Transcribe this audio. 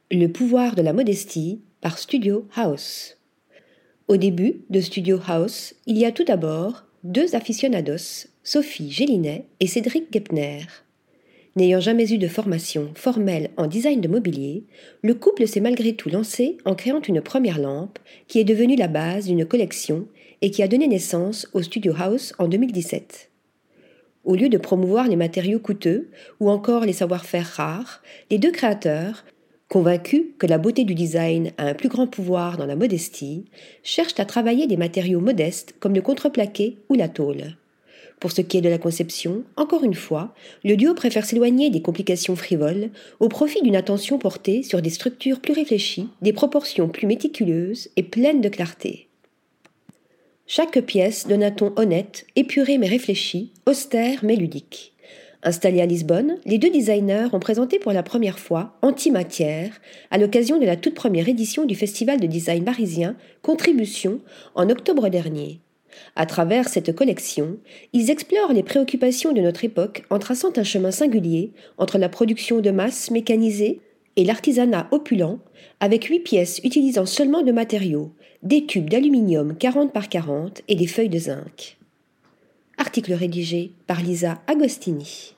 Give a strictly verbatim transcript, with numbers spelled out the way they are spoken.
Le pouvoir de la modestie par Studio House. Au début de Studio House, il y a tout d'abord deux aficionados, Sophie Gélinet et Cédric Gepner. N'ayant jamais eu de formation formelle en design de mobilier, le couple s'est malgré tout lancé en créant une première lampe qui est devenue la base d'une collection et qui a donné naissance au Studio House en deux mille dix-sept. Au lieu de promouvoir les matériaux coûteux ou encore les savoir-faire rares, les deux créateurs, convaincus que la beauté du design a un plus grand pouvoir dans la modestie, cherchent à travailler des matériaux modestes comme le contreplaqué ou la tôle. Pour ce qui est de la conception, encore une fois, le duo préfère s'éloigner des complications frivoles au profit d'une attention portée sur des structures plus réfléchies, des proportions plus méticuleuses et pleines de clarté. Chaque pièce donne un ton honnête, épuré mais réfléchi, austère mais ludique. Installés à Lisbonne, les deux designers ont présenté pour la première fois Antimatière à l'occasion de la toute première édition du Festival de design parisien Contribution en octobre dernier. À travers cette collection, ils explorent les préoccupations de notre époque en traçant un chemin singulier entre la production de masse mécanisée et l'artisanat opulent, avec huit pièces utilisant seulement de matériaux, des tubes d'aluminium quarante par quarante et des feuilles de zinc. Article rédigé par Lisa Agostini.